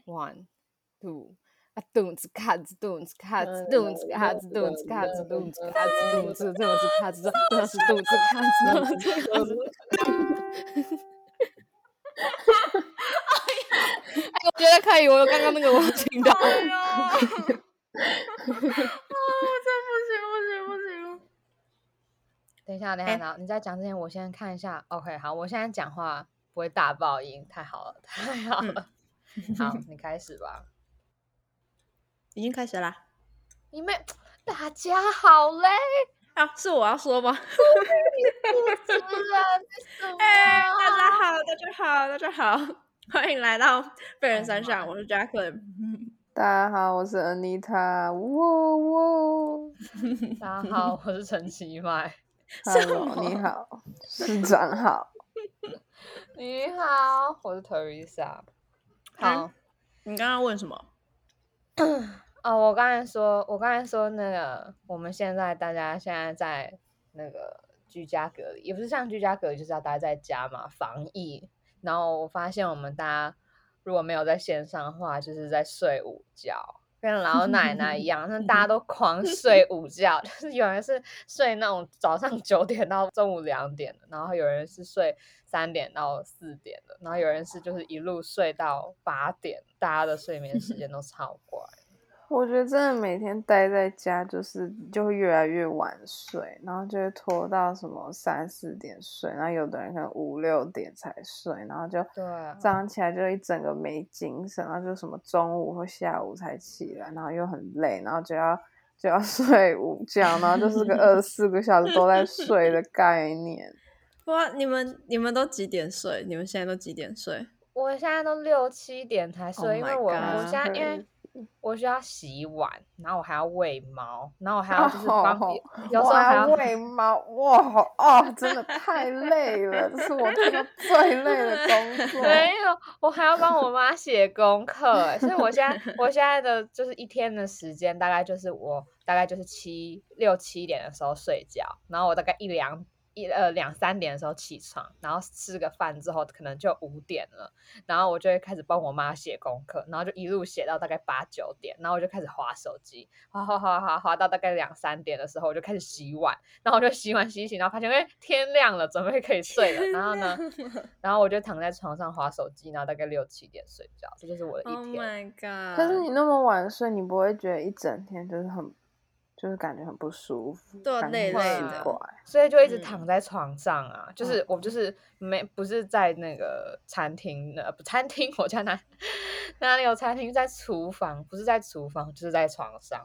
，one two。啊，咚子咔子咚子咔子咚子咔子咚子咔子咚子咔子咚子咚子咔子咚子咚子咔子咚子咔子。哎，我觉得可以，我刚刚那个我听到。 哎呦，这不行。 等一下，你在讲之前，我先看一下。OK， 好，我现在讲话不会大爆音，太好了。好，你开始吧。 已经开始啦。 你们大家好嘞！ 啊，是我要说吗？ 主持人， 哎，大家好，欢迎来到被人山上，我是 Jacqueline。 大家好，我是 Anita。哇！ 大家好，我是陈其迈。 Hello，你好，市长好。 你好，我是 Teresa。好， 你刚刚问什么？ 我刚才说那个，我们大家现在在那个居家隔离，也不是像居家隔离，就是要待在家嘛，防疫。然后我发现我们大家如果没有在线上的话，就是在睡午觉，跟老奶奶一样，那大家都狂睡午觉，就是有人是睡那种早上9点到中午2点的，然后有人是睡3点到4点的，然后有人是就是一路睡到8点，大家的睡眠时间都超怪。 我觉得真的每天待在家，就会越来越晚睡，然后就会拖到什么3、4点睡，然后有的人可能5、6点才睡，然后就早上起来就一整个没精神，然后就什么中午或下午才起来，然后又很累，然后就要睡午觉，然后就是个24个小时都在睡的概念。 哇，你们都几点睡？你们现在都几点睡？ 我现在都6、7点才睡，因为我现在因为我需要洗碗，然后我还要喂猫，然后我还要就是有时候还要喂猫，哇，真的太累了，这是我听到最累的工作。 没有，我还要帮我妈写功课，所以我现在的就是一天的时间，大概就是6、7点的时候睡觉，然后我大概2、3点的时候起床，然后吃个饭之后可能就5点了，然后我就会开始帮我妈写功课，然后就一路写到大概8、9点，然后我就开始滑手机，滑到大概2、3点的时候，我就开始洗碗，然后我就洗碗洗，然后发现天亮了，准备可以睡了，然后呢，然后我就躺在床上滑手机，然后大概6、7点睡觉，这就是我的一天。 Oh my god！ 可是你那么晚睡，你不会觉得一整天就是感觉很不舒服， 对，累累的， 所以就一直躺在床上啊。就是我就是不是在那个餐厅，餐厅我家哪里有餐厅？在厨房，不是在厨房，就是在床上。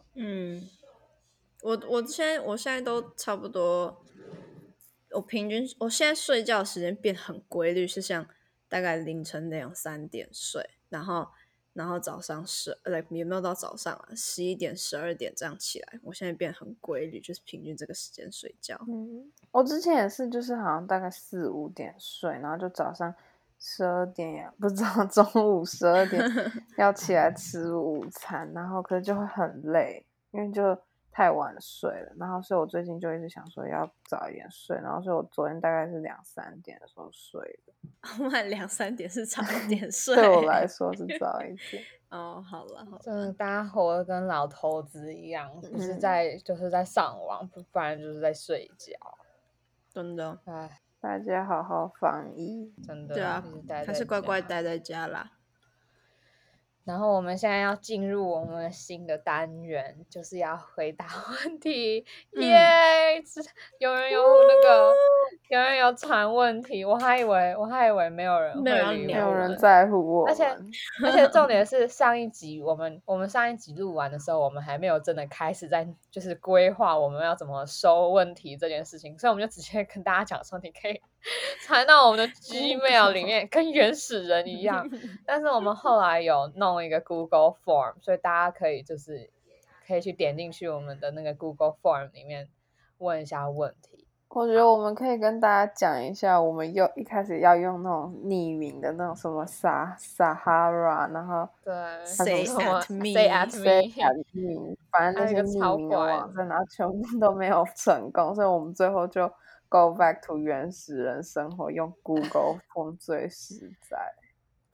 我现在都差不多，我现在睡觉的时间变很规律，是像大概凌晨2、3点睡，然后早上也没有到早上啊，11点、12点这样起来。我现在变很规律，就是平均这个时间睡觉。 我之前也是，就是好像大概4、5点睡，然后就早上12点呀，不知道中午12点要起来吃午餐，然后可是就会很累，因为就太晚睡了，然后所以我最近就一直想说要早一点睡，然后所以我昨天大概是2、3点的时候睡的。 2、3点是早一点睡， 对我来说是早一点。 好了， 真的，大家活得跟老头子一样，不是就是在上网，不然就是在睡觉。 真的， 大家好好防疫。 真的， 对啊，还是乖乖待在家啦。 然后我们现在要进入我们新的单元，就是要回答问题。耶！有人有传问题，我还以为没有人会理我， 没有人在乎我们。 而且重点是上一集我们上一集录完的时候，我们还没有真的开始在就是规划我们要怎么收问题这件事情，所以我们就直接跟大家讲说，你可以传到我们的 Gmail 里面，跟原始人一样。但是我们后来有弄一个 Google Form， 所以大家可以去点进去我们的那个 Google Form 里面问一下问题。 我觉得我们可以跟大家讲一下，我们一开始要用那种匿名的那种什么Sahara， 然后对 Say at me， 反正那些匿名的网站，然后全部都没有成功，所以我们最后就 go back to 原始人生活，用 Google Form 最实在。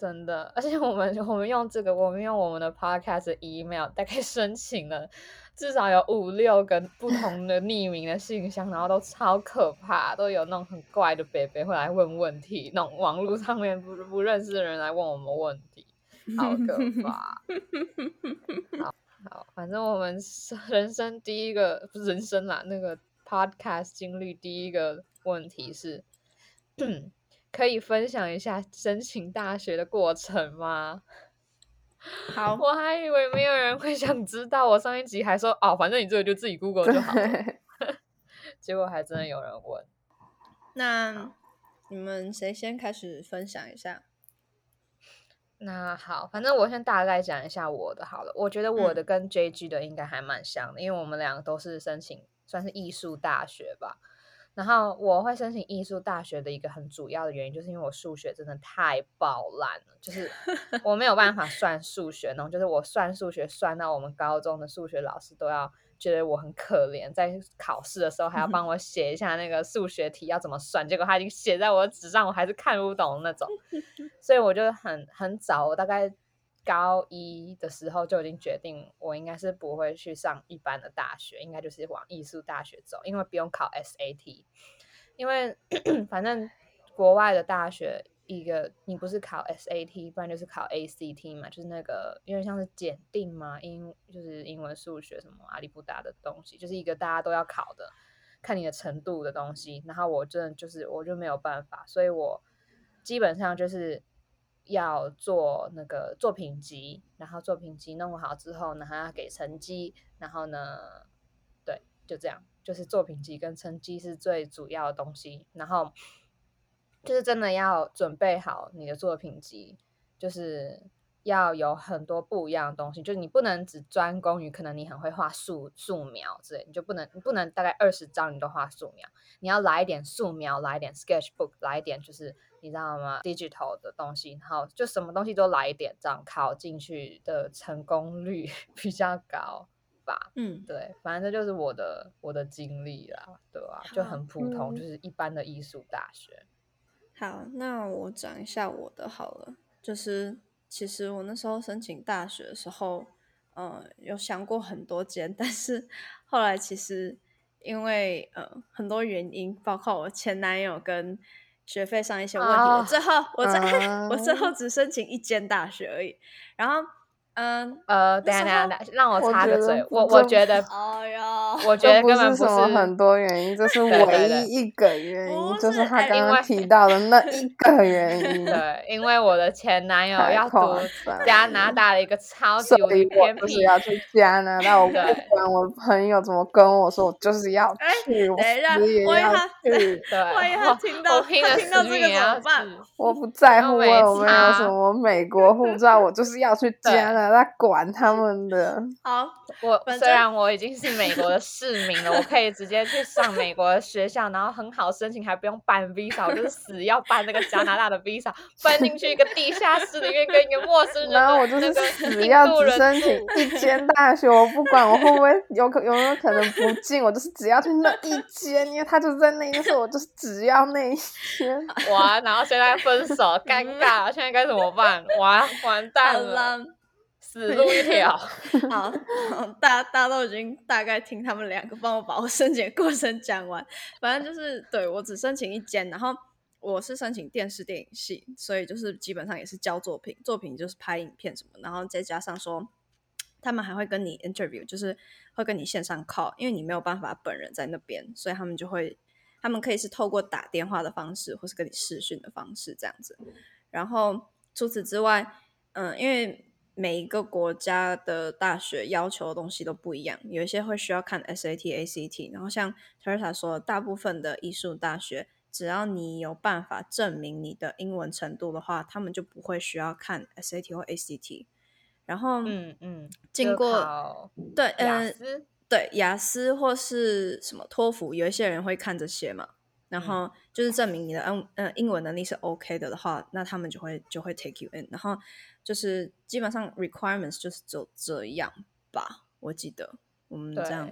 真的，而且我们用这个，我们用我们的 podcast 的 email 大概申请了至少有5-6个不同的匿名的信箱，然后都超可怕，都有那种很怪的伯伯会来问问题，那种网络上面不认识的人来问我们问题，好可怕。好，反正我们人生第一个不是人生啦，那个 podcast 经历第一个问题是可以分享一下申请大学的过程吗？ 好， 我还以为没有人会想知道，我上一集还说反正你这个就自己 Google 就好了结果还真的有人问。 那你们谁先开始分享一下？ 那好，反正我先大概讲一下我的好了。我觉得我的跟 JG 的应该还蛮像的，因为我们两个都是申请算是艺术大学吧。然后我会申请艺术大学的一个很主要的原因，就是因为我数学真的太爆烂了，就是我没有办法算数学那种，就是我算数学算到我们高中的数学老师都要觉得我很可怜，在考试的时候还要帮我写一下那个数学题要怎么算，结果他已经写在我的纸上，我还是看不懂那种，所以我就很早，我大概高一的时候就已经决定，我应该是不会去上一般的大学，应该就是往艺术大学走，因为不用考 SAT， 因为反正国外的大学一个你不是考 SAT， 不然就是考 ACT 嘛，就是那个因为像是检定嘛，就是英文、数学什么阿里不达的东西，就是一个大家都要考的，看你的程度的东西。然后我真的就是我就没有办法，所以我基本上就是要做那个作品集，然后作品集弄好之后呢，还要给成绩，然后呢，对，就这样，就是作品集跟成绩是最主要的东西，然后就是真的要准备好你的作品集，就是要有很多不一样的东西，就是你不能只专攻于可能你很会画素描之类，你不能大概20张你都画素描，你要来一点素描，来一点 sketchbook， 来一点就是你知道吗 digital 的东西，然后就什么东西都来一点，这样考进去的成功率比较高吧。对，反正这就是我的经历啦，对吧？就很普通，就是一般的艺术大学。 好，那我讲一下我的好了。就是其实我那时候申请大学的时候，有想过很多间，但是后来其实因为很多原因，包括我前男友跟学费上一些问题，我最后只申请1间大学而已。然后等一下，让我插个嘴， 我觉得，我觉得根本不是什么很多原因，这是唯一一个原因，就是他刚刚提到的那一个原因。 对，因为我的前男友要读加拿大的一个超级无敌偏僻， 所以我就是要去加拿大。我不管我朋友怎么跟我说，我就是要去，我死也要去。 万一他听到这个怎么办？ 我不在乎我有没有什么美国护照，我就是要去加拿大，管他们的。 好， 虽然我已经是美国的市民了，我可以直接去上美国的学校，然后很好申请，还不用办 visa， 我就是死要办那个加拿大的 visa， 搬进去一个地下室里面跟一个陌生人， 然后我就是死要只申请1间大学，我不管我会不会有没有可能不进，我就是只要去那一间，因为他就是在那一间，我就是只要那一间。 哇，然后现在分手，尴尬，现在该怎么办？哇，完蛋了，死路一条。 好，大家都已经大概听他们2个帮我把我申请的过程讲完。反正就是对我只申请1间，然后我是申请电视电影系，所以就是基本上也是交作品就是拍影片什么，然后再加上说他们还会跟你 interview， 就是会跟你线上 call， 因为你没有办法本人在那边，所以他们可以是透过打电话的方式，或是跟你视讯的方式这样子。然后除此之外，因为每一个国家的大学要求的东西都不一样，有一些会需要看 SAT、ACT， 然后像 Teresa 说，大部分的艺术大学，只要你有办法证明你的英文程度的话，他们就不会需要看 SAT 或 ACT。然后，经过雅思或是什么托福，有一些人会看这些嘛。然后就是证明你的英文能力是 OK 的话，那他们就会 take you in。然后就是基本上 requirements 就是只有这样吧，我记得我们这样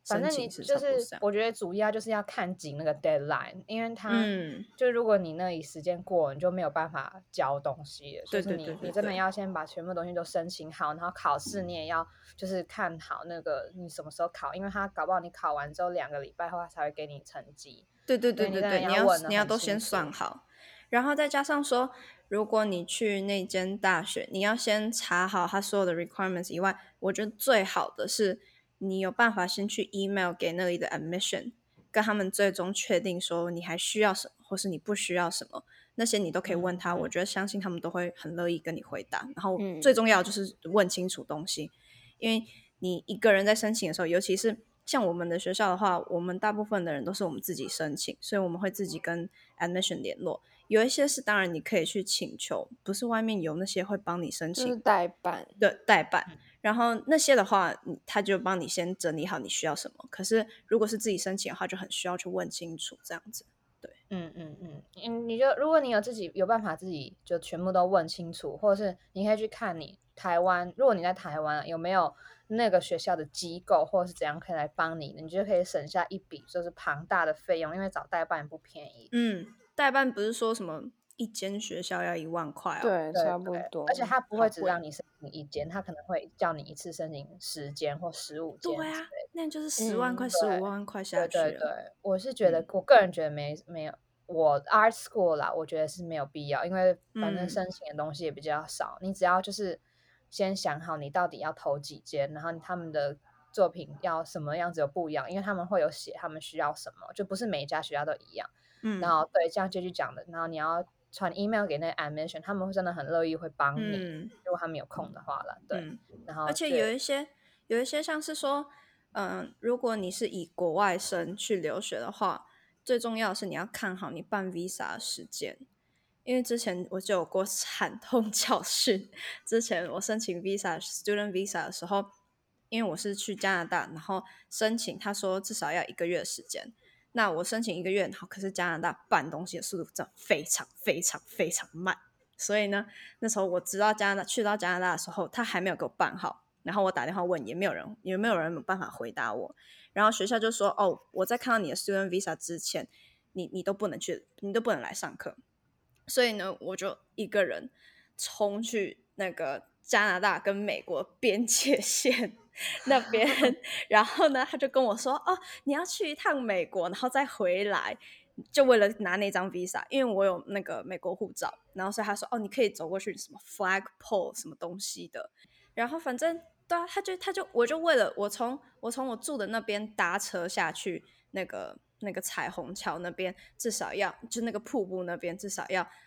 反正你就是我觉得主要就是要看紧那个 deadline， 因为它就如果你那里时间过了，你就没有办法交东西了。就是你真的要先把全部东西都申请好，然后考试你也要就是看好那个你什么时候考，因为他搞不好你考完之后2个礼拜后他才会给你成绩。 对，你要都先算好，然后再加上说，如果你去那间大学，你要先查好他所有的 requirements 以外，我觉得最好的是你有办法先去 email 给那里的 admission， 跟他们最终确定说你还需要什么，或是你不需要什么，那些你都可以问他，我觉得相信他们都会很乐意跟你回答。然后最重要就是问清楚东西，因为你一个人在申请的时候，尤其是像我们的学校的话，我们大部分的人都是我们自己申请，所以我们会自己跟 admission 联络。有一些是当然你可以去请求，不是外面有那些会帮你申请， 就是代办。 对，代办。然后那些的话，他就帮你先整理好你需要什么。可是如果是自己申请的话，就很需要去问清楚这样子。对， 你就如果你有自己有办法自己就全部都问清楚，或者是你可以去看你台湾，如果你在台湾有没有那个学校的机构或者是怎样可以来帮你，你就可以省下一笔就是庞大的费用，因为找代办不便宜。 代办不是说什么一间学校要1万块对，差不多。 而且他不会只让你申请1间，他可能会叫你一次申请10间或15间。 对啊，那就是10万块、15万块下去了。 对，我是觉得，我个人觉得没有，我 art school 啦，我觉得是没有必要，因为反正申请的东西也比较少，你只要就是先想好你到底要投几间，然后他们的作品要什么样子有不一样，因为他们会有写他们需要什么，就不是每一家学校都一样。然后对，像J J讲的，然后你要传 email 给那个 admission， 他们真的很乐意会帮你，如果他们有空的话了。对，然后而且有一些像是说，如果你是以国外生去留学的话，最重要的是你要看好你办 visa 的时间，因为之前我就有过惨痛教训。之前我申请 student visa 的时候，因为我是去加拿大，然后申请他说至少要1个月的时间。那我申请1个月，可是加拿大办东西的速度真的非常非常非常慢，所以呢，那时候我去到加拿大的时候，他还没有给我办好，然后我打电话问，也没有人有办法回答我，然后学校就说，我在看到你的 student visa 之前，你都不能来上课，所以呢，我就一个人冲去那个加拿大跟美国边界线那边，然后呢，他就跟我说，你要去一趟美国，然后再回来，就为了拿那张 visa， 因为我有那个美国护照，然后所以他说，你可以走过去什么 flagpole 什么东西的，然后反正对啊，我就为了我从我住的那边搭车下去那个彩虹桥那边，至少要就那个瀑布那边至少要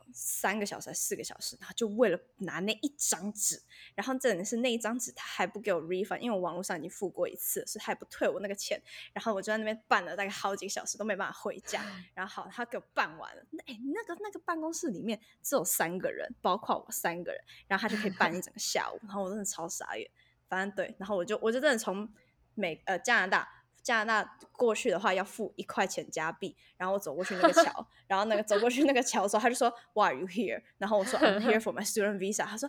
3个小时还4个小时，然后就为了拿那一张纸，然后真的是那一张纸他还不给我 refund， 因为我网络上已经付过一次了，所以他还不退我那个钱，然后我就在那边办了大概好几个小时都没办法回家，然后好他给我办完了，那个办公室里面只有3个人，包括我3个人，然后他就可以办一整个下午，然后我真的超傻眼。反正对，然后我就真的从加拿大过去的话要付1块钱加币，然后我走过去那个桥，然后走过去那个桥的时候，他就说 Why are you here？ 然后我说 I'm here for my student visa。他说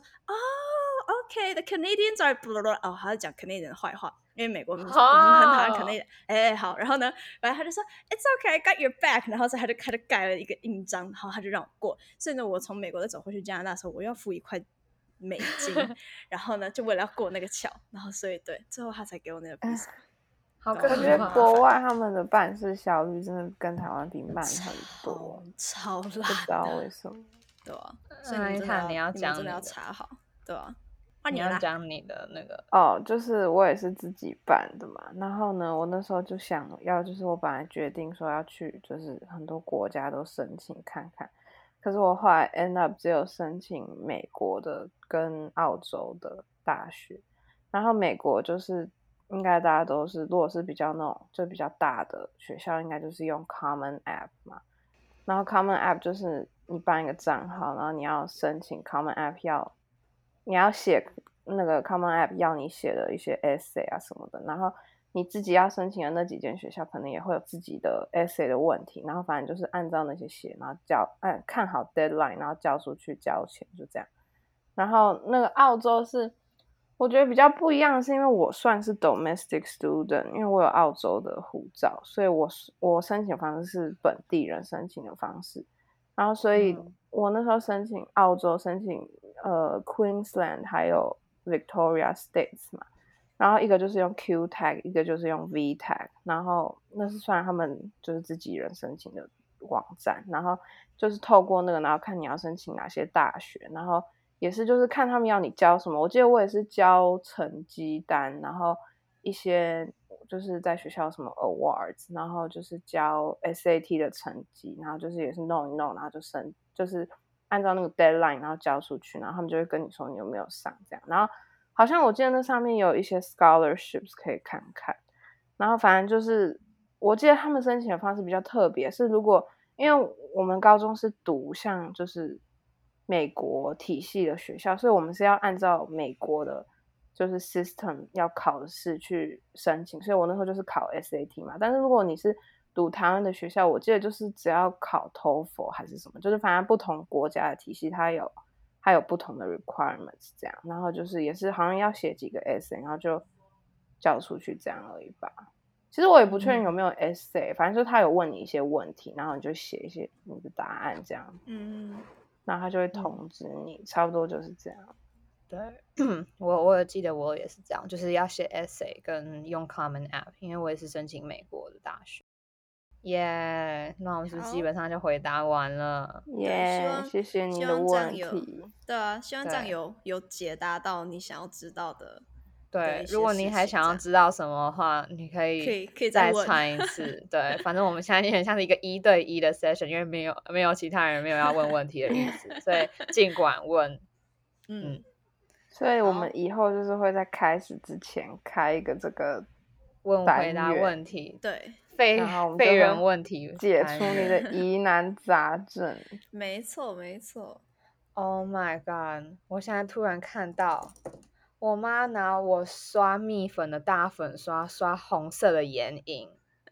OK, the Canadians are blah blah blah。他在讲 Canadian 的坏话，因为美国很讨厌 Canadian。好，然后呢，反正他就说 It's okay, I got your back。然后他就盖了一个印章，然后他就让我过。所以呢，我从美国再走回去加拿大的时候，我要付1块美金，然后呢，就为了要过那个桥，然后所以对，最后他才给我那个 visa。 好可怕。 我觉得国外他们的办事效率真的跟台湾比慢很多， 超烂， 不知道为什么。 对啊，所以你真的要查好，对啊。 你要讲你的那个就是我也是自己办的嘛。然后呢，我那时候就想要，就是我本来决定说要去，就是很多国家都申请看看。可是我后来 end up 只有申请美国的跟澳洲的大学，然后美国就是应该大家都是，如果是比较那种就比较大的学校，应该就是用 Common App 嘛。然后 Common App 就是你办一个账号，然后你要申请 Common App，你要写那个 Common App 要你写的一些 essay 啊什么的，然后你自己要申请的那几间学校可能也会有自己的 essay 的问题，然后反正就是按照那些写，然后看好 deadline， 然后交出去交钱，就这样。然后那个澳洲是我觉得比较不一样的是，因为我算是 domestic student，因为我有澳洲的护照，所以我申请的方式是本地人申请的方式，然后所以我那时候申请澳洲，申请Queensland 还有 Victoria States 嘛，然后一个就是用 Q tag， 一个就是用 V tag， 然后那是算他们就是自己人申请的网站，然后就是透过那个，然后看你要申请哪些大学，然后也是就是看他们要你交什么，我记得我也是交成绩单，然后一些就是在学校什么 awards， 然后就是交 SAT 的成绩，然后就是也是弄一弄，然后就是按照那个 deadline 然后交出去，然后他们就会跟你说你有没有上这样，然后好像我记得那上面有一些 scholarships 可以看看，然后反正就是我记得他们申请的方式比较特别，是如果因为我们高中是读像就是美国体系的学校，所以我们是要按照美国的就是 system 要考的试去申请，所以我那时候就是考 SAT 嘛。但是如果你是读台湾的学校，我记得就是只要考 TOEFL 还是什么，就是反正不同国家的体系它有不同的 requirements 这样，然后就是也是好像要写几个 essay， 然后就交出去这样而已吧。其实我也不确定有没有 essay，反正就是他有问你一些问题，然后你就写一些你的答案这样，然后他就会通知你，差不多就是这样。 对，我记得我也是这样，就是要写 essay 跟用 Common App， 因为我也是申请美国的大学。耶，那我们是基本上就回答完了。 耶，谢谢你的问题。 对啊，希望这样有解答到你想要知道的。 对，如果你还想要知道什么的话，你可以再传一次。对，反正我们现在很像是一个1对1的 session， 因为没有其他人没有要问问题的意思，所以尽管问。 所以我们以后就是会在开始之前开一个这个回答问题， 对， 废人问题， 解除你的疑难杂症。 没错没错。 Oh my god！ 我现在突然看到我妈拿我刷蜜粉的大粉刷刷红色的眼影。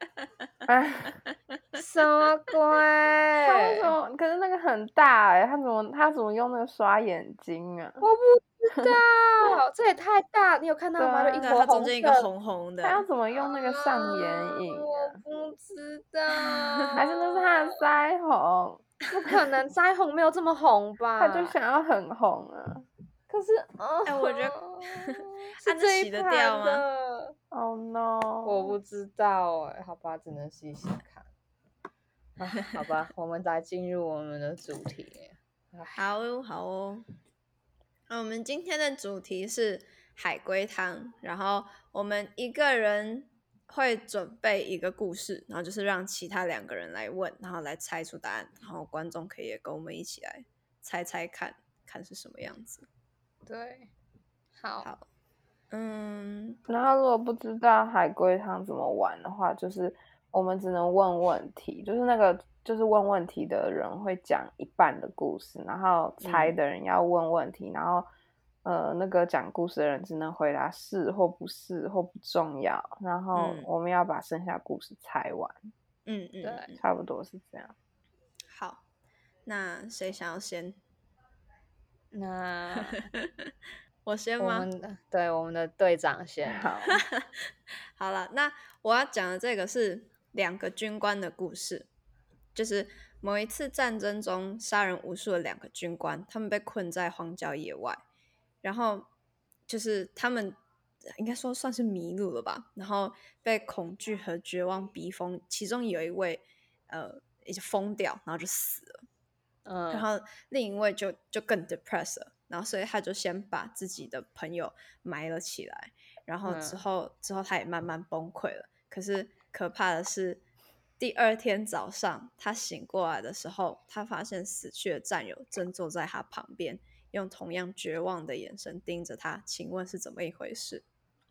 什么鬼？ 他为什么？可是那个很大欸，他怎么用那个刷眼睛啊？ 我不知道，这也太大！你有看到吗？就一坨它中间一个红红的。 他要怎么用那个上眼影我不知道。 还是那是他的腮红？ 不可能，腮红没有这么红吧？ 他就想要很红啊。 可是， 我觉得是这一洗得掉吗 ？Oh no！ 我不知道哎，好吧，只能细细看。好吧，我们来进入我们的主题。 好哦。我们今天的主题是海龟汤，然后我们一个人会准备一个故事，然后就是让其他2个人来问，然后来猜出答案，然后观众可以也跟我们一起来猜猜看是什么样子。 对，好。 然后如果不知道海龟汤怎么玩的话，就是我们只能问问题，就是那个就是问问题的人会讲一半的故事，然后猜的人要问问题，然后那个讲故事的人只能回答是或不是或不重要，然后我们要把剩下故事猜完。 对， 差不多是这样。 好，那谁想要先？ 那我先吗？ 我们的队长先。 好了，那我要讲的这个是2个军官的故事，就是某一次战争中杀人无数的2个军官，他们被困在荒郊野外，然后就是他们应该说算是迷路了吧，然后被恐惧和绝望逼疯，其中有一位已经疯掉，然后就死了。然后另一位就更 depressed 了，然后所以他就先把自己的朋友埋了起来，然后之后他也慢慢崩溃了。可是可怕的是，第2天早上他醒过来的时候，他发现死去的战友正坐在他旁边，用同样绝望的眼神盯着他。请问是怎么一回事？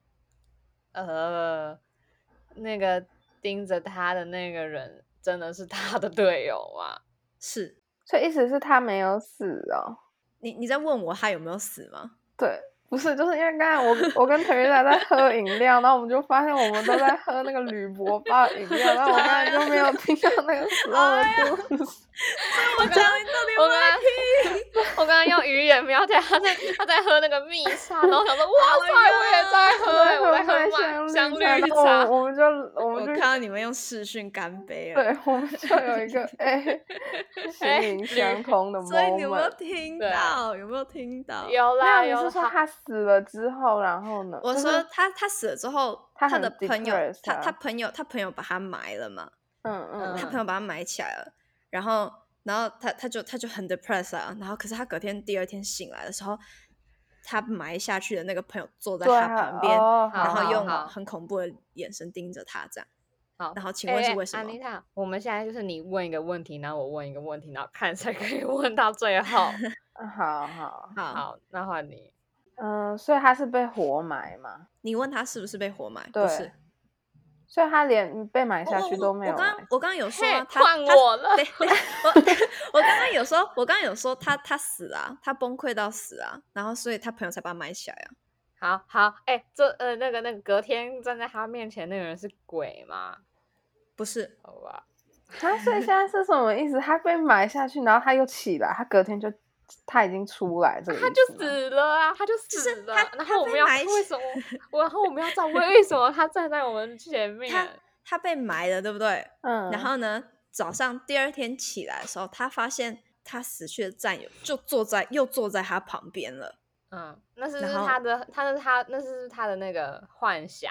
那个盯着他的那个人真的是他的队友吗？ 是。 所以意思是他没有死哦？ 你在问我他有没有死吗？ 对， 不是，就是因为刚才我跟陈玉在喝饮料，然后我们就发现我们都在喝那个铝箔包饮料，然后我刚才就没有听到那个时候的故事。 我讲你到底有没有听？ 我刚刚用语言描写他在喝那个蜜茶，然后我想说哇塞，我也在喝，我在喝香绿茶。 我们就我看到你们用视讯干杯了。 对，我们就有一个心灵相通的 moment。 所以你有没有听到？有没有听到？ 有啦， 有。你是说他死了之后，然后呢？ 我说他死了之后，他的朋友，他朋友把他埋了嘛。他朋友把他埋起来了，然后他就很 depressed 啊，然后可是他第二天醒来的时候，他埋下去的那个朋友坐在他旁边，然后用很恐怖的眼神盯着他这样。 好， 然后请问是为什么？ 安妮塔，我们现在就是你问一个问题，然后我问一个问题，然后看谁可以问到最后。好，那换你。 所以他是被活埋吗？ 你问他是不是被活埋？ 对， 不是。 所以他连被埋下去都没有。 我刚刚有说换我了。 我刚刚有说他死啊，他崩溃到死啊，然后所以他朋友才把他埋起来啊。好，那个隔天站在他面前那个人是鬼吗？ 不是， 好吧。 所以现在是什么意思？他被埋下去，然后他又起来，他隔天他已经出来，这个意思他就死了啊，他就死了。然后我们要为什么？然后我们要找为什么他站在我们前面？ 他被埋了，对不对？然后呢，早上第二天起来的时候，他发现他死去的战友又坐在他旁边了。 那是那是他的那个幻想。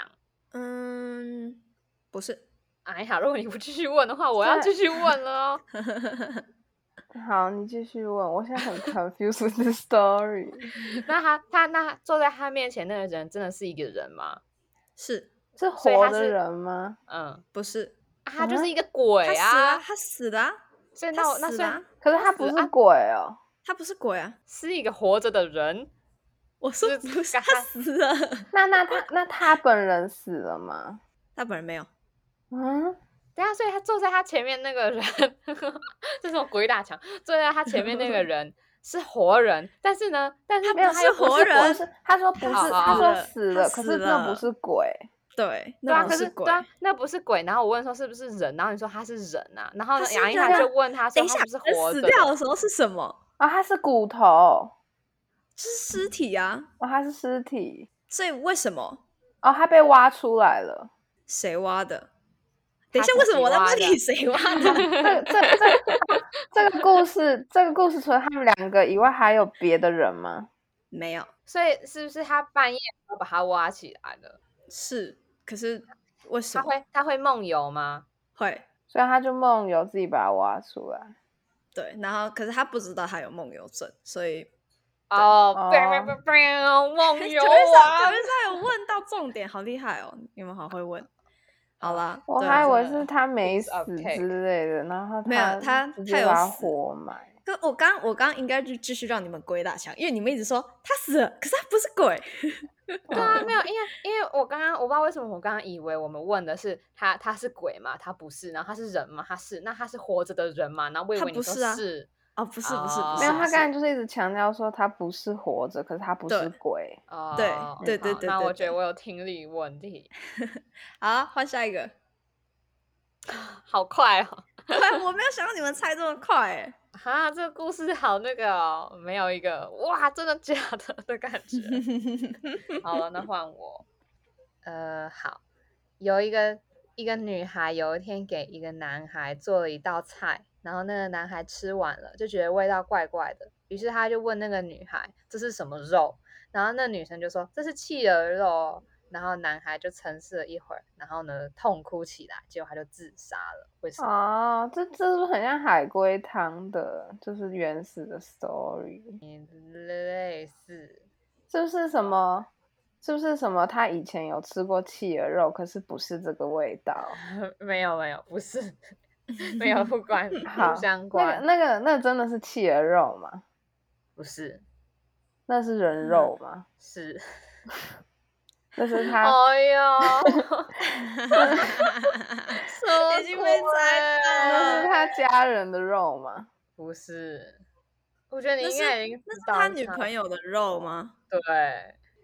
不是。 哎呀，如果你不继续问的话，我要继续问了哦。 好，你继续问。我现在很 confused with the story。 那坐在他面前那个人真的是一个人吗？ 是活的人吗？ 不是。 他就是一个鬼啊！ 他死了啊！ 所以那可是他不是鬼哦， 他不是鬼啊， 是一个活着的人。 我说不是，他死了。 那他本人死了吗？ 他本人没有。 对啊，所以他坐在他前面那个人，这种鬼打墙，坐在他前面那个人是活人，但是他没有是活人， 他说不是，他说死了，可是那不是鬼。 对， 那不是鬼，那不是鬼。然后我问说是不是人，然后你说他是人啊，然后杨一涵就问他说他不是活的， 死掉的时候是什么？ 他是骨头， 是尸体啊。 他是尸体， 所以为什么？ 他被挖出来了。 谁挖的？等一下，为什么我在问你谁挖的？这个故事除了他们两个以外，还有别的人吗？ 没有。 所以是不是他半夜把他挖起来了？ 是，可是为什么？ 他会梦游吗？ 会， 所以他就梦游自己把它挖出来。 对，然后可是他不知道他有梦游症，所以梦游啊！ 有问到重点，好厉害哦！你们好会问。好啦， 我还以为是他没死之类的，然后没有他有把他活埋。 我刚应该就继续让你们鬼打墙，因为你们一直说他死了，可是他不是鬼。 对啊，没有，因为我不知道为什么我刚刚以为我们问的是他是鬼嘛，他不是，然后他是人嘛，他是活着的人嘛，然后我以为你说是。 不是， 没有，他刚才就是一直强调说他不是活着，可是他不是鬼。 对， 那我觉得我有听力问题。 好，换下一个。 好快哦！ 我没有想到你们猜这么快这个故事好那个哦，没有一个哇真的假的感觉。好了，那换我。好，有一个女孩有一天给一个男孩做了一道菜。然后那个男孩吃完了，就觉得味道怪怪的，于是他就问那个女孩这是什么肉，然后那女生就说这是企鹅肉，然后男孩就沉思了一会儿，然后呢痛哭起来，结果他就自杀了。为什么？ 这是不是很像海龟汤的，就是原始的 story？ 类似。 是不是什么？他以前有吃过企鹅肉，可是不是这个味道？ 没有，不是。没有不相关。 那真的是企鹅肉吗？ 不是。 那是人肉吗？ 是。 那是他。 哎呀， 已经被猜到了。 那是他家人的肉吗？ 不是。我觉得你应该已经知道。 那是他女朋友的肉吗？ 对。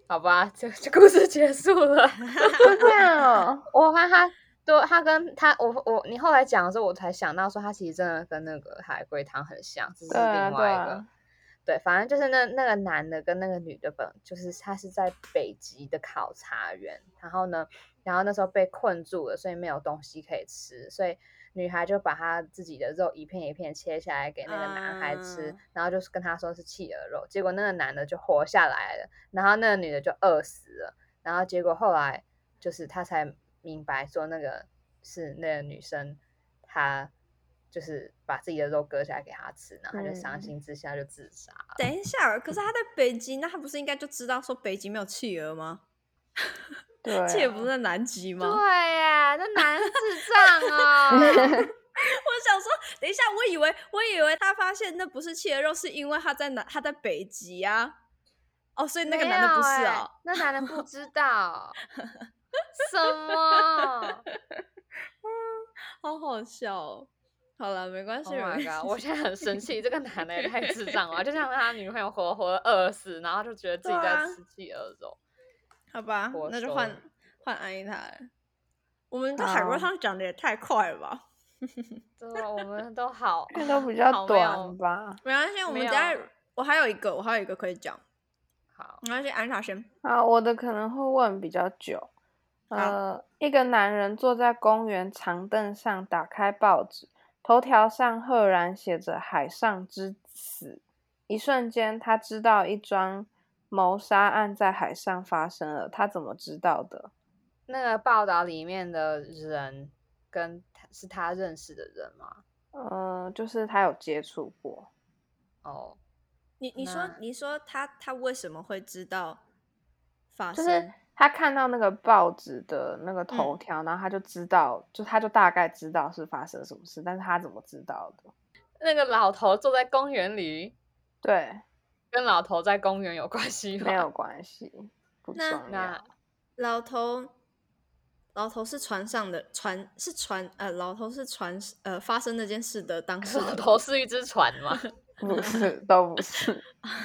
好吧，这故事结束了。 就这样哦。 我看他跟他你后来讲的时候，我才想到说他其实真的跟那个海龟汤很像，只是另外一个。对，反正就是那个男的跟那个女的就是他是在北极的考察员，然后那时候被困住了，所以没有东西可以吃，所以女孩就把她自己的肉一片一片切下来给那个男孩吃，然后就是跟他说是企鹅肉，结果那个男的就活下来了，然后那个女的就饿死了，然后结果后来就是他才明白说那个是那个女生，她就是把自己的肉割下来给他吃，然后他就伤心之下就自杀了。 等一下，可是他在北极，那他不是应该就知道说北极没有企鹅吗？ 对， 企鹅不是在南极吗？ 对呀，那男智障哦。 我想说，等一下，我以为他发现那不是企鹅肉，是因为他在北极啊。哦，所以那个男的不是哦， 那男的不知道什么， 好好笑哦。好了，没关系。 Oh my god！ 我现在很生气，这个男的也太智障了，就像他女朋友活饿死，然后就觉得自己在吃企鹅肉。 好吧，那就换安逸他了。我们的海龟汤讲的也太快了吧？ 对，我们都好， 都比较短吧。 没关系，我们等下我还有一个可以讲。 好， 没关系，安塔先。 好，我的可能会问比较久。一个男人坐在公园长凳上，打开报纸，头条上赫然写着海上之死。一瞬间，他知道一桩谋杀案在海上发生了。他怎么知道的？ 那个报道里面的人是他认识的人吗？ 就是他有接触过。 哦， 你说他为什么会知道发生？ 就是他看到那个报纸的那个头条，然后他就知道，他就大概知道是发生什么事，但是他怎么知道的？ 那个老头坐在公园里， 对， 跟老头在公园有关系吗？ 没有关系，不重要。 老头是船上的老头是船发生那件事的当事人。 老头是一只船吗？ 不是，都不是。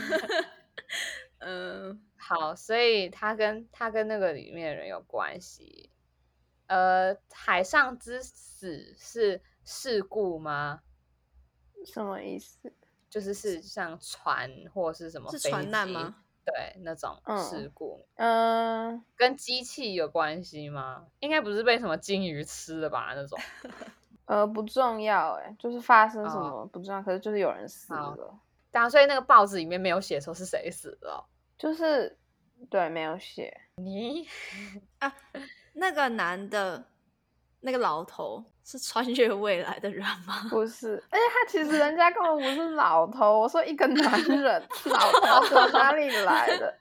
好，所以他跟那个里面的人有关系。海上之死是事故吗？ 什么意思？ 就是像船或是什么飞机， 是船难吗？ 对，那种事故。跟机器有关系吗？应该不是被什么鲸鱼吃了吧那种。 不重要就是发生什么不重要，可是就是有人死了。 所以那个报纸里面没有写说是谁死了。 就是对，没有写。 你那个男的，那个老头是穿越未来的人吗？ 不是，而且他其实人家根本不是老头。我说一个男人，老头从哪里来的？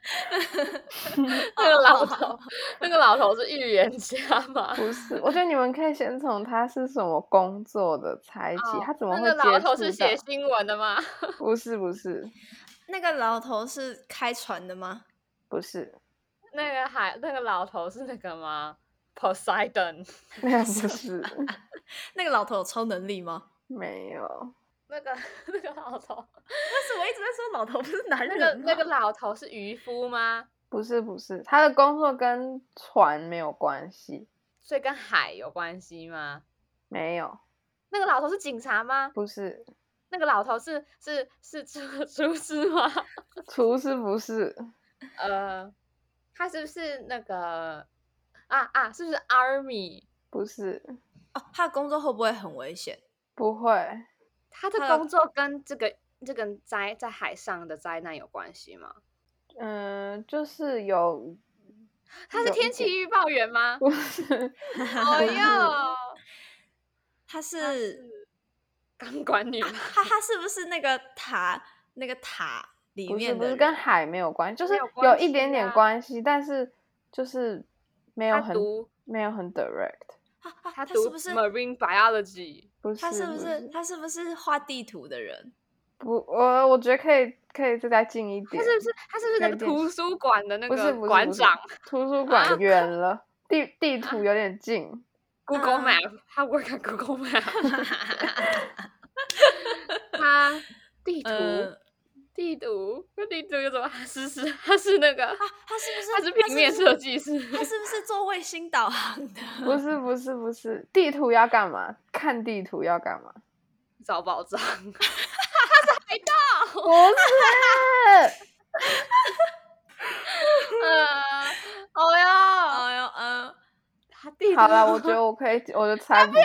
那个老头是预言家吗？ 不是，我觉得你们可以先从他是什么工作的猜起。他怎么会接触到？ 那个老头是写新闻的吗？ 不是。 那个老头是开船的吗？ 不是。 那个老头是那个吗 ？Poseidon？ 那个不是。 那个老头有超能力吗？ 没有。 那个老头， 但是我一直在说老头不是男人吗？ 那个老头是渔夫吗？ 不是，他的工作跟船没有关系。 所以跟海有关系吗？ 没有。 那个老头是警察吗？ 不是。 那个老头是厨师吗？ 厨师不是。 他是不是那个是不是 Army？ 不是。 他的工作会不会很危险？ 不会。 他的工作跟这个在海上的灾难有关系吗？ 就是有。 他是天气预报员吗？ 不是。 哎呦， 他是钢管女。 他是不是那个塔里面的人？ 不是跟海没有关系，就是有一点点关系，但是就是没有很 direct。 他是不是 marine biology？ 不是。 他是不是画地图的人？ 不，我觉得可以再近一点。 他是不是那个图书馆的那个馆长？ 图书馆远了，地图有点近。 Google Map， 他会看 Google Map。他地图地图跟地图有什么？他是那个他是不是他是平面设计师？ 他是不是做卫星导航的？ 不是，地图要干嘛？看地图要干嘛？ 找宝藏。他是海盗。 不是。 哦哟，他地图。 好了，我觉得我可以，我就猜不。 不要！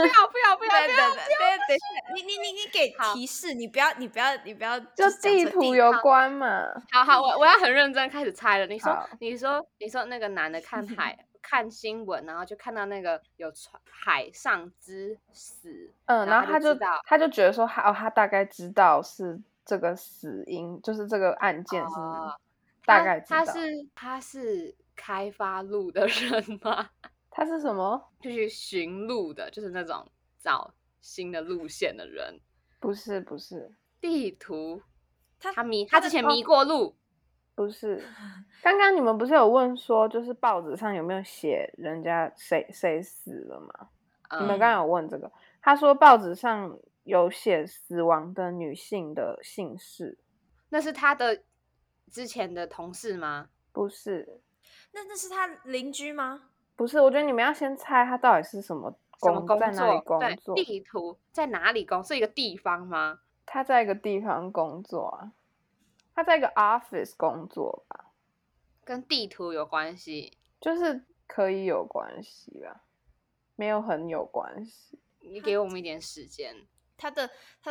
对，你给提示，你不要， 就地图有关嘛。 好，我要很认真开始猜了。你说那个男的看新闻，然后就看到那个有海上之死， 然后他就觉得说他大概知道是这个死因，就是这个案件是大概知道。 他是开发路的人吗？ 他是什么？ 就是寻路的，就是那种找新的路线的人。 不是。 地图，他之前迷过路。 不是。刚刚你们不是有问说，就是报纸上有没有写人家谁死了吗？你们刚刚有问这个，他说报纸上有写死亡的女性的姓氏。 那是他的之前的同事吗？ 不是。 那是他邻居吗？ 不是，我觉得你们要先猜他到底是什么工作，在哪里工作。 对，地图在哪里工作？是一个地方吗？ 他在一个地方工作啊，他在一个 office 工作吧。 跟地图有关系？ 就是可以有关系吧，没有很有关系。 你给我们一点时间。 他的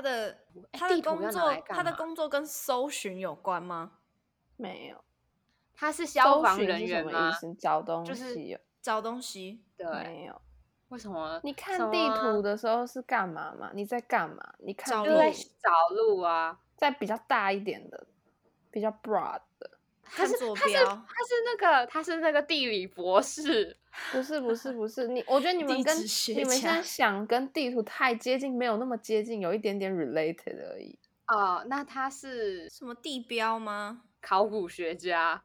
工作跟搜寻有关吗？ 没有。 他是消防人员吗？ 什么意思？找东西。 就是找东西。 对。 没有。 为什么？ 你看地图的时候是干嘛嘛？你在干嘛？你看就在找路啊。 在比较大一点的，比较 broad 的。 他是那个地理博士。 不是。我觉得你们现在想跟地图太接近，没有那么接近，有一点点 related 而已。 那他是什么地标吗？ 考古学家。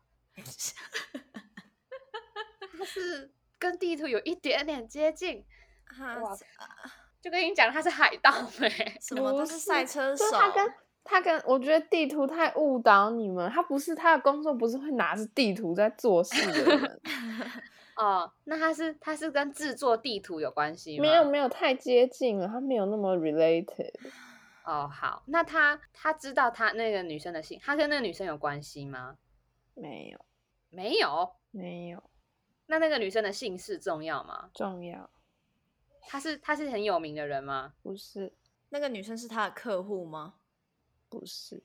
他是跟地图有一点点接近。就跟你讲他是海盗什么？他是赛车手。 他跟我觉得地图太误导你们，他的工作不是会拿着地图在做事的人。 那他是跟制作地图有关系吗？ 没有太接近了，他没有那么 related。 好，那他知道他那个女生的姓，他跟那个女生有关系吗？ 没有。 那个女生的姓氏重要吗？ 重要。 他是很有名的人吗？ 不是。 那个女生是他的客户吗？ 不是。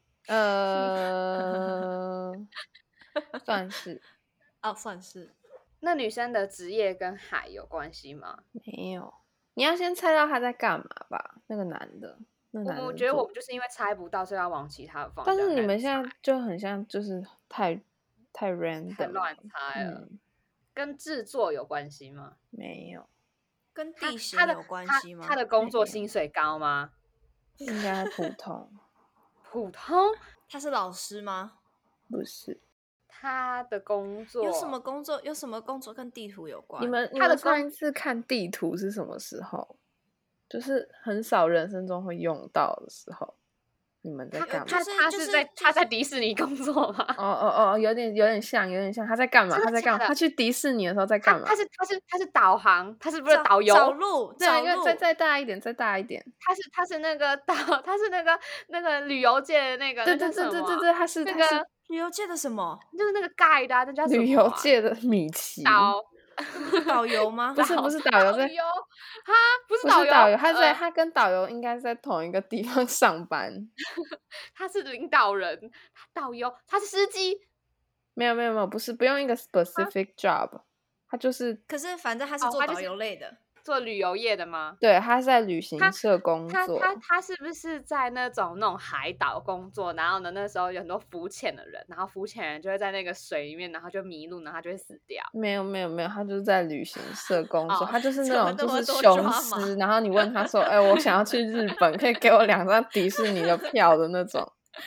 算是。 算是。 那女生的职业跟海有关系吗？ 没有。你要先猜到他在干嘛吧，那个男的。 我觉得我们就是因为猜不到，所以要往其他的方向。 但是你们现在就很像，就是太 random， 太乱猜了。跟制作有关系吗？ 没有。 跟地形有关系吗？ 他的工作薪水高吗？ 应该普通。 普通。 他是老师吗？ 不是。 他的工作有什么工作跟地图有关？ 你们上一次看地图是什么时候？就是很少人生中会用到的时候。你们在干嘛？ 他在迪士尼工作吗？ 有点像。他在干嘛？他去迪士尼的时候在干嘛？ 他是导航，他是不是导游？ 找路。 对，因为再大一点。 他是那个他是那个旅游界的那个。 对，他是那个旅游界的什么？ 就是那个 guide 那叫什么？ 旅游界的米奇。 导游吗？ 不是导游， 不是导游， 他跟导游应该在同一个地方上班。 他是领导人，导游，他是司机。 没有，不是，不用一个 specific job，他就是。 可是反正他是做导游类的。 做旅游业的吗？ 对，他是在旅行社工作。 他是不是在那种海岛工作？然后呢，那时候有很多浮潜的人，然后浮潜人就会在那个水里面，然后就迷路，然后他就会死掉。 没有，他就是在旅行社工作。他就是那种就是雄狮，然后你问他说：“我想要去日本，可以给我2张迪士尼的票的那种。”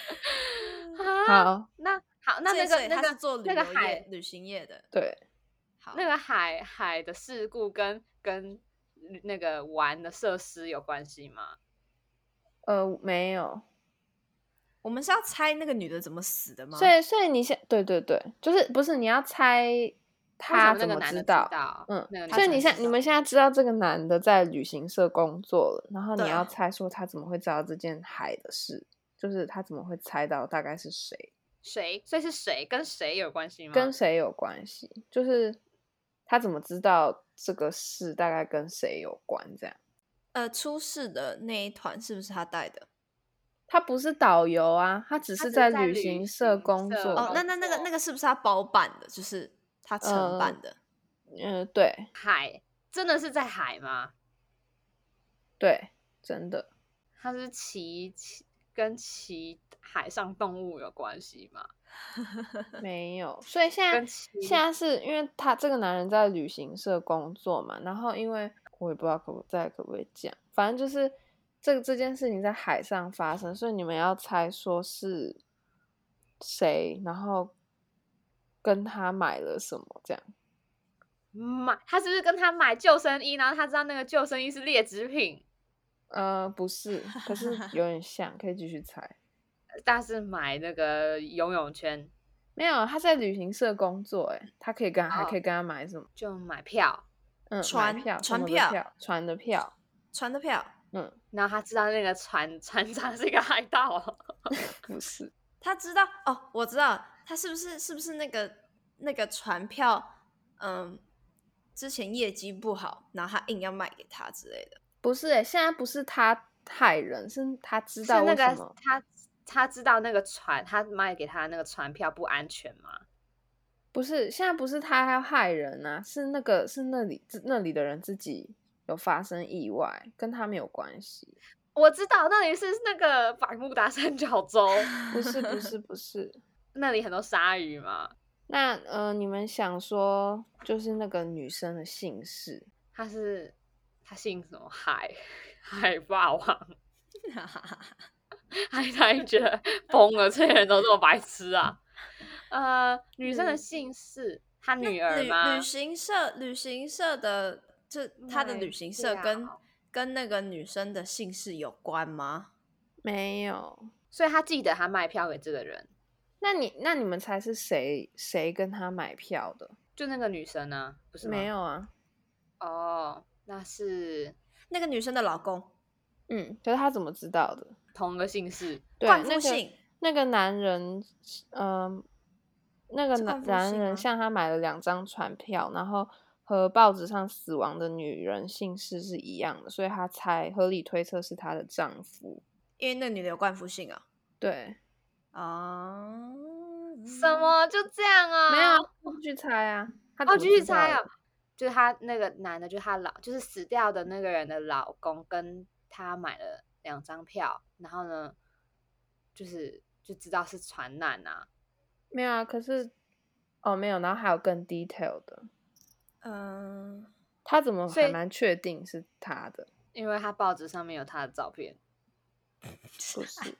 好， 那他是做旅行业的。 对。 好， 那个海的事故跟那个玩的设施有关系吗？ 没有。 我们是要猜那个女的怎么死的吗？ 所以你对，就是不是你要猜他怎么知道？所以你们现在知道这个男的在旅行社工作了，然后你要猜说他怎么会知道这件海的事，就是他怎么会猜到大概是谁？ 所以是谁跟谁有关系吗？ 跟谁有关系？就是他怎么知道这个事大概跟谁有关？这样。 出事的那一团是不是他带的？ 他不是导游啊，他只是在旅行社工作。 哦，那个是不是他包办的？就是他承办的？ 对。 海真的是在海吗？ 对，真的。 他是跟骑海上动物有关系吗？ 没有，所以现在是因为他这个男人在旅行社工作嘛，然后因为我也不知道可不可以讲，反正就是这件事情在海上发生，所以你们要猜说是谁，然后跟他买了什么这样。 他是不是跟他买救生衣，然后他知道那个救生衣是劣质品？ 不是，可是有点像，可以继续猜。 但是买那个游泳圈？ 没有，他在旅行社工作，他可以还可以跟他买什么？ 就买票。 船的票。 然后他知道那个船长是一个海盗。 不是， 他知道哦，我知道，他是不是那个船票，之前业绩不好，然后他硬要卖给他之类的。 不是现在不是他害人，是他知道为什么他知道那个船，他卖给他那个船票不安全吗？ 不是，现在不是他要害人啊，是那里的人自己有发生意外，跟他没有关系。 我知道那里是那个百慕达三角洲。 不是， 那里很多鲨鱼吗？ 那你们想说就是那个女生的姓氏？ 她姓什么？海霸王。还觉得疯了，这些人都这么白痴啊！女生的姓氏，她女儿吗？ 旅行社的，就她的旅行社跟那个女生的姓氏有关吗？ 没有， 所以她记得她卖票给这个人。 那你们猜是谁跟她买票的？ 就那个女生呢？不是吗？ 没有啊。 哦，那是那个女生的老公。 可是他怎么知道的？ 同个姓氏， 冠夫姓。 那个男人，那个男人向他买了2张船票，然后和报纸上死亡的女人姓氏是一样的，所以他才合理推测是她的丈夫。 因为那女的有冠夫姓啊。 对。 什么就这样啊？ 没有，继续猜啊。 继续猜啊。就是他那个男的，就是死掉的那个人的老公，跟他买了2张票，然后呢，就知道是船难啊。 没有啊，可是没有，然后还有更 detail 的。他怎么还蛮确定是他的？ 因为他报纸上面有他的照片。 不是。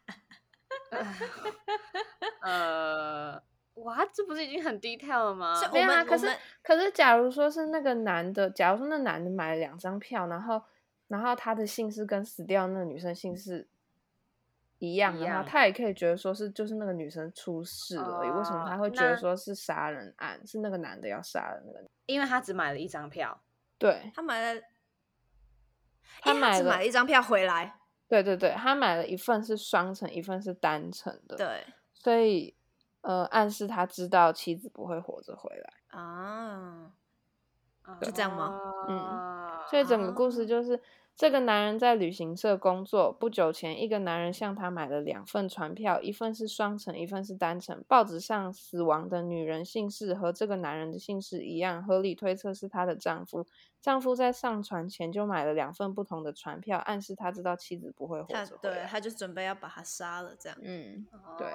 哇，这不是已经很 detail 了吗？ 没有啊，可是假如说是那个男的，假如说那男的买了2张票，然后他的姓氏跟死掉那个女生姓氏一样的话，他也可以觉得说就是那个女生出事了而已。为什么他会觉得说是杀人案，是那个男的要杀了那个？ 因为他只买了1张票。 对， 他只买了1张票回来。 对，他买了一份是双程，一份是单程的。 对， 所以暗示他知道妻子不会活着回来啊。就这样吗？ 所以整个故事就是这个男人在旅行社工作，不久前一个男人向他买了2份船票，一份是双程，一份是单程。报纸上死亡的女人姓氏和这个男人的姓氏一样，合理推测是她的丈夫。丈夫在上船前就买了2份不同的船票，暗示他知道妻子不会活着回来。 对，他就准备要把他杀了，这样。 对。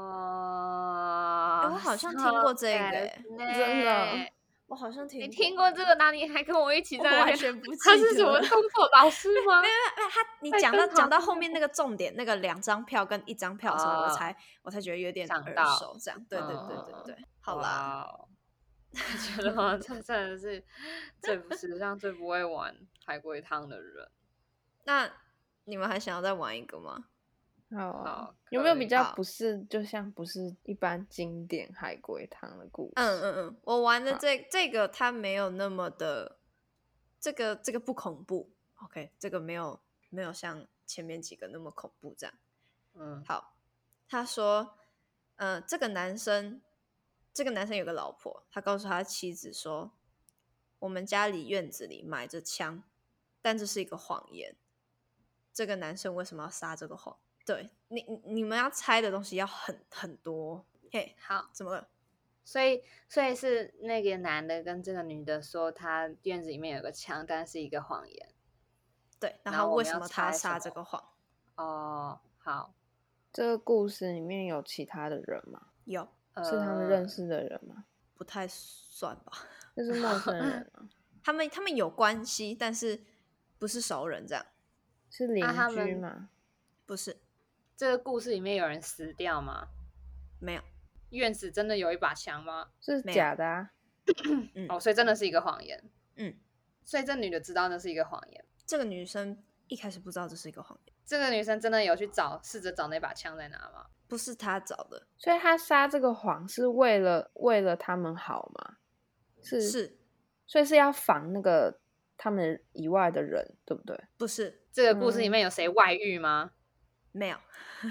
我好像听过这个， 真的。 我好像听过。 你听过这个？哪里还跟我一起在那边？ 完全不记得。 他是什么工作老师吗？ 没有，你讲到后面那个重点，那个2张票跟1张票的时候，我才觉得有点耳熟，这样。对。好啦。 觉得这真的是史上最不会玩海龟汤的人。 那你们还想要再玩一个吗？ 好啊， 好， 有没有比较好不是就像不是一般经典海龟汤的故事？ 我玩的这个它没有那么的，这个不恐怖 ，OK， 这个没有像前面几个那么恐怖这样。好，他说，这个男生有个老婆，他告诉他妻子说，我们家里院子里埋着枪，但这是一个谎言。这个男生为什么要撒这个谎？对，你们要猜的东西要很多。嘿， 好， 怎么了？ 所以是那个男的跟这个女的说他院子里面有个枪，但是一个谎言。 对，然后为什么他撒这个谎？ 哦，好， 这个故事里面有其他的人吗？ 有， 是他们认识的人吗？ 不太算吧， 就是陌生人啊。 他们有关系，但是不是熟人这样。 是邻居吗？ 不是。 这个故事里面有人死掉吗？ 没有。 院子真的有一把枪吗？ 是假的啊。 哦，所以真的是一个谎言。所以这女的知道那是一个谎言。 这个女生一开始不知道这是一个谎言。 这个女生真的有去试着找那把枪在哪吗？ 不是她找的。 所以她撒这个谎是为了他们好吗？ 是。 所以是要防那个他们以外的人，对不对？ 不是。 这个故事里面有谁外遇吗？ 没有。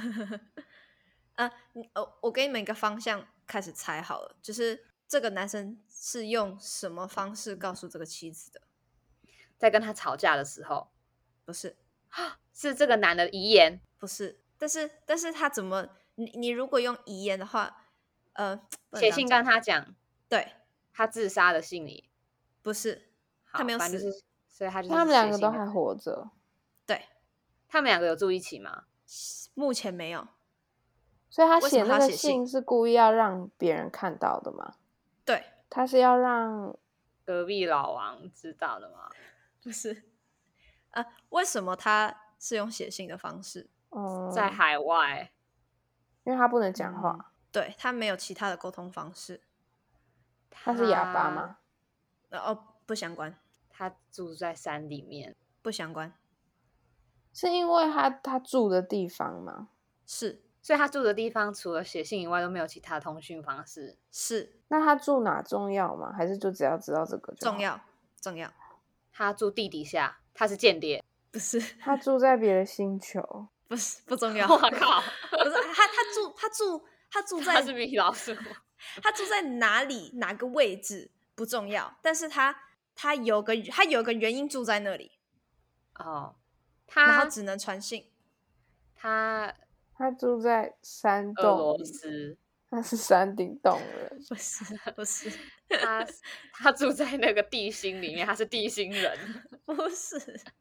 我给你们一个方向开始猜好了，就是这个男生是用什么方式告诉这个妻子的？ 在跟他吵架的时候？ 不是。 是这个男的遗言？ 不是。但是他怎么你如果用遗言的话， 写信跟他讲？ 对。 他自杀的信里？ 不是。他没有死。 所以他们两个都还活着。 对。 他们两个有住一起吗？ 目前没有。 所以他写那个信是故意要让别人看到的吗？ 对。 他是要让隔壁老王知道的吗？ 不是。为什么他是用写信的方式？ 在海外， 因为他不能讲话。 对，他没有其他的沟通方式。 他是哑巴吗？ 不相关。 他住在山里面？ 不相关。 是因为他住的地方吗？ 是。 所以他住的地方除了写信以外都没有其他通讯方式？ 是。 那他住哪重要吗？还是就只要知道这个就好？ 重要。 他住地底下？他是间谍？ 不是。 他住在别的星球？ 不是，不重要。 我靠！ 不是，他住在， 他是米老鼠。 他住在哪里哪个位置不重要，但是他有个原因住在那里。 然后只能传信。 他住在山洞里。 俄罗斯？ 他是山顶洞人？ 不是。 他住在那个地心里面，他是地心人？ 不是。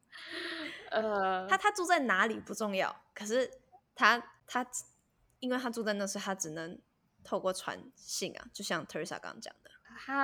他住在哪里不重要，可是他因为他住在那时，他只能透过传信啊，就像 Teresa 刚刚讲的，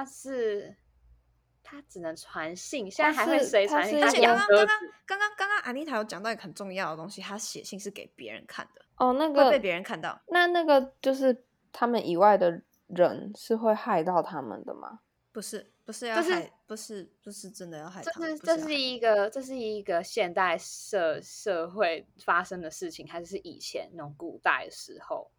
他只能传信。现在还会谁传信？ 而且刚刚安妮塔有讲到一个很重要的东西，他写信是给别人看的。 那个会被别人看到。 那个就是他们以外的人是会害到他们的吗？ 不是要害，不是真的要害他们。 这是一个现代社会发生的事情，还是以前那种古代的时候？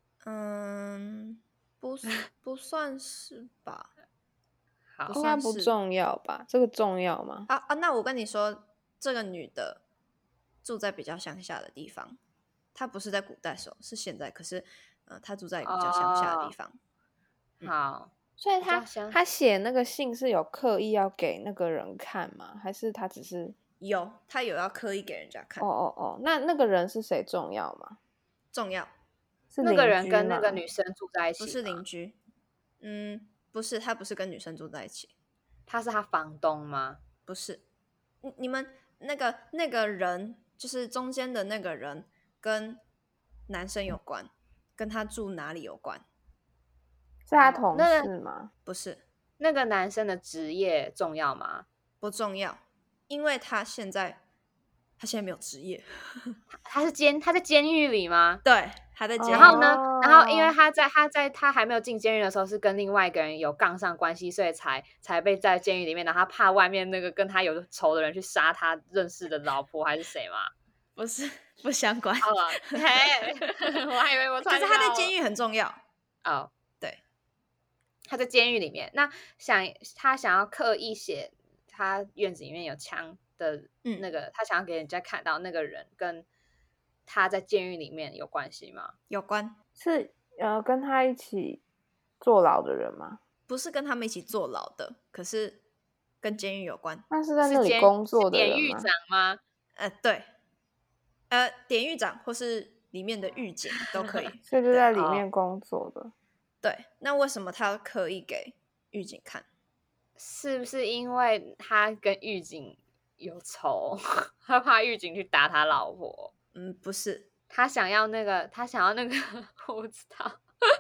不算是吧。 好， 应该不重要吧？这个重要吗？ 那我跟你说，这个女的住在比较乡下的地方，她不是在古代时候，是现在，可是她住在比较乡下的地方。 好。 所以他写那个信是有刻意要给那个人看吗？还是他只是他有要刻意给人家看？ 那个人是谁重要吗？ 重要。 是那个人跟那个女生住在一起吗？ 不是邻居。不是，他不是跟女生住在一起。 他是他房东吗？ 不是。你们那个人，就是中间的那个人，跟男生有关，跟他住哪里有关。 是他同事吗？ 不是。 那个男生的职业重要吗？ 不重要，因为他现在没有职业。 他在监狱里吗？ 对，他在监狱。 然后呢？然后因为他还没有进监狱的时候是跟另外一个人有杠上关系，所以才被在监狱里面。然后他怕外面那个跟他有仇的人去杀他认识的老婆还是谁吗？ 不是不相关。 嘿，我还以为我猜到了。 可是他在监狱很重要。对， 他在监狱里面，那他想要刻意写他院子里面有枪的那个，他想要给人家看到那个人跟他在监狱里面有关系吗？ 有关。 是跟他一起坐牢的人吗？ 不是跟他们一起坐牢的，可是跟监狱有关。 那是在那里工作的人吗？ 典狱长吗？ 对，典狱长或是里面的狱警都可以。 所以就在里面工作的。 对，那为什么他要刻意给狱警看？ 是不是因为他跟狱警有仇，他怕狱警去打他老婆？ 不是， 他想要那个，我不知道。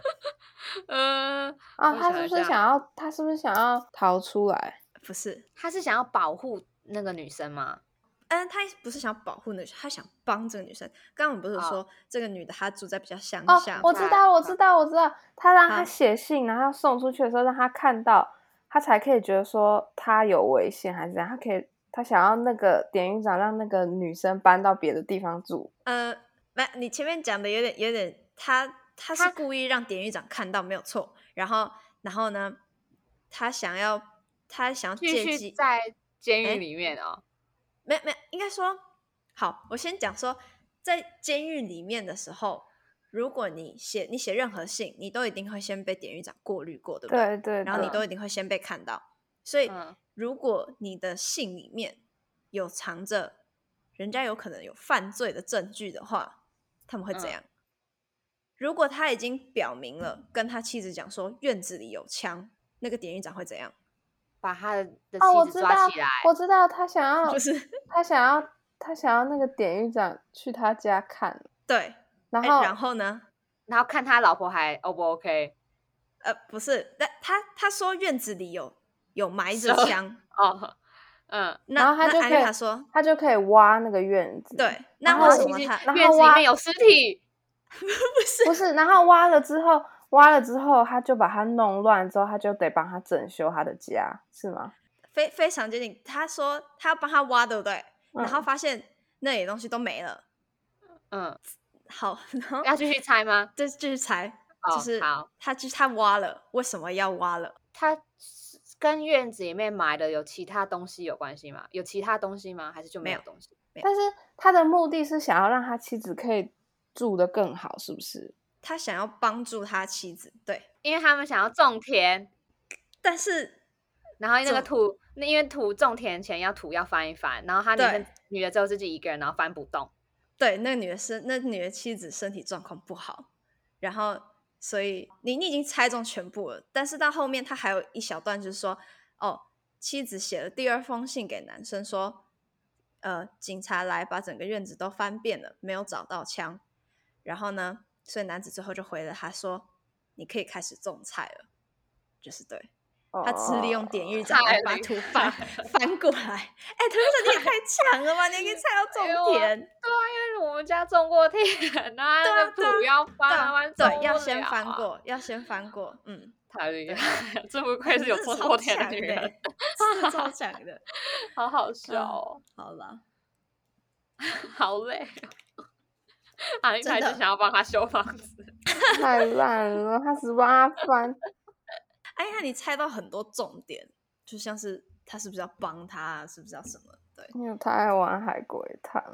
他是不是想要逃出来？ 不是， 他是想要保护那个女生吗？ 他不是想要保护女生，他想帮这个女生。刚刚我们不是说这个女的她住在比较乡下？ 我知道，他让他写信，然后要送出去的时候让他看到，他才可以觉得说他有危险还是怎样？他想要那个典狱长让那个女生搬到别的地方住。 你前面讲的有点，他是故意让典狱长看到没有错，然后呢，他想要继续在监狱里面没应该说，好，我先讲说，在监狱里面的时候，如果你写任何信，你都一定会先被典狱长过滤过，对不对？ 对。 然后你都一定会先被看到，所以如果你的信里面有藏着人家有可能有犯罪的证据的话，他们会怎样？如果他已经表明了跟他妻子讲说院子里有枪，那个典狱长会怎样？ 把他的妻子抓起来。 我知道他想要， 不是他想要那个典狱长去他家看。 对，然后呢？ 然后看他老婆还 O 不 OK？ 不是，他说院子里有埋着枪然后他就可以挖那个院子。 对，那为什么院子里面有尸体？ 不是，然后挖了之后，他就把它弄乱，之后他就得帮他整修他的家，是吗？ 非常接近。他说他要帮他挖，对不对？然后发现那里的东西都没了。好，然后要继续猜吗？ 继续猜。就是他挖了，为什么要挖了？ 他跟院子里面埋的有其他东西有关系吗？有其他东西吗？还是就没有东西？ 但是他的目的是想要让他妻子可以住得更好，是不是？ 他想要帮助他妻子，对， 因为他们想要种田， 但是然后那个土，因为种田前土要翻一翻，然后他女的只有自己一个人，然后翻不动。 对，那女的妻子身体状况不好，然后所以你已经猜中全部了，但是到后面他还有一小段就是说，妻子写了第二封信给男生说，警察来把整个院子都翻遍了，没有找到枪，然后呢，所以男子最后就回了他说，你可以开始种菜了，就是对。他只是利用典狱长来把土翻过来。Teresa 你也太强了吧！你可以猜到种田。 对啊，因为我们家种过田啊，那个土要翻， 对，要先翻过。 太厉害了，真不愧是有种过田的女人， 是超强的， 好好笑哦。 好了， 好累。阿玲还是想要帮他修房子， 太烂了，他只帮他翻。 你猜到很多重点，就像是他是不是要帮他，是不是要什么？对， 因为他爱玩海龟汤，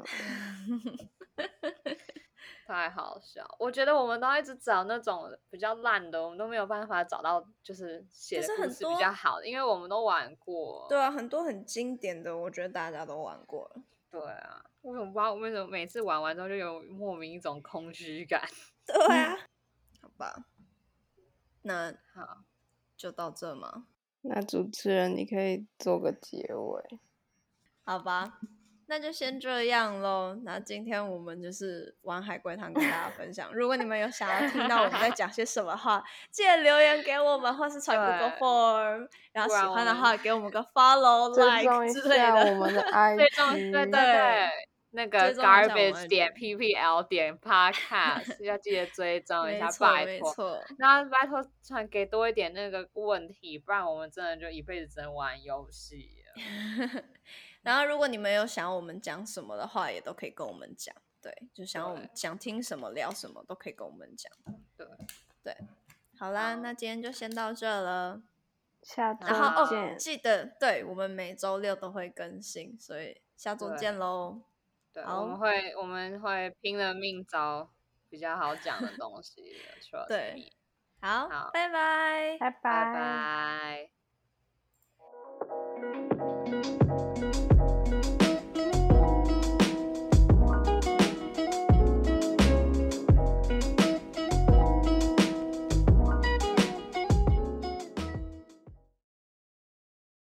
太好笑。我觉得我们都一直找那种比较烂的，我们都没有办法找到就是写的故事比较好的，因为我们都玩过。 对啊，很多很经典的，我觉得大家都玩过了。 对啊，我不知道为什么每次玩完之后就有莫名一种空虚感。 对啊，好吧，那好。 就到这吗？ 那主持人你可以做个结尾。 好吧，那就先这样咯。那今天我们就是玩海龟汤跟大家分享。如果你们有想要听到我们在讲些什么话，记得留言给我们，或是传 Google Form。然后喜欢的话，给我们个 follow、like 之类的。 我们的 IG。 对， 那个 garbage 点 ppl 点 podcast 要记得追踪一下，拜托。然后拜托传给多一点那个问题，不然我们真的就一辈子只能玩游戏了。 然后如果你们有想要我们讲什么的话，也都可以跟我们讲。对，就想要我们想听什么聊什么都可以跟我们讲。对，好啦，那今天就先到这了。 下周见。 记得对我们每周6都会更新，所以下周见喽。 对，我们会拼了命找比较好讲的东西的。 对，好，拜拜， 拜拜拜。